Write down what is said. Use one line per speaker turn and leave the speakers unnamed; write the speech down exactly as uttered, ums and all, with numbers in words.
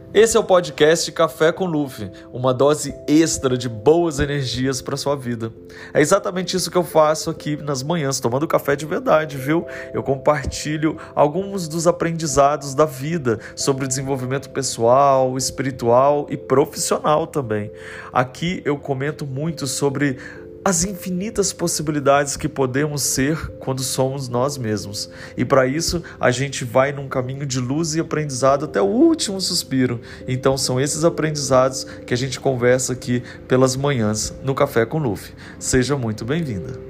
Esse é o podcast Café com Luffy, uma dose extra de boas energias para sua vida. É exatamente isso que eu faço aqui nas manhãs, tomando café de verdade, viu? Eu compartilho alguns dos aprendizados da vida sobre desenvolvimento pessoal, espiritual e profissional também. Aqui eu comento muito sobre as infinitas possibilidades que podemos ser quando somos nós mesmos. E para isso, a gente vai num caminho de luz e aprendizado até o último suspiro. Então, são esses aprendizados que a gente conversa aqui pelas manhãs no Café com Luffy. Seja muito bem-vinda.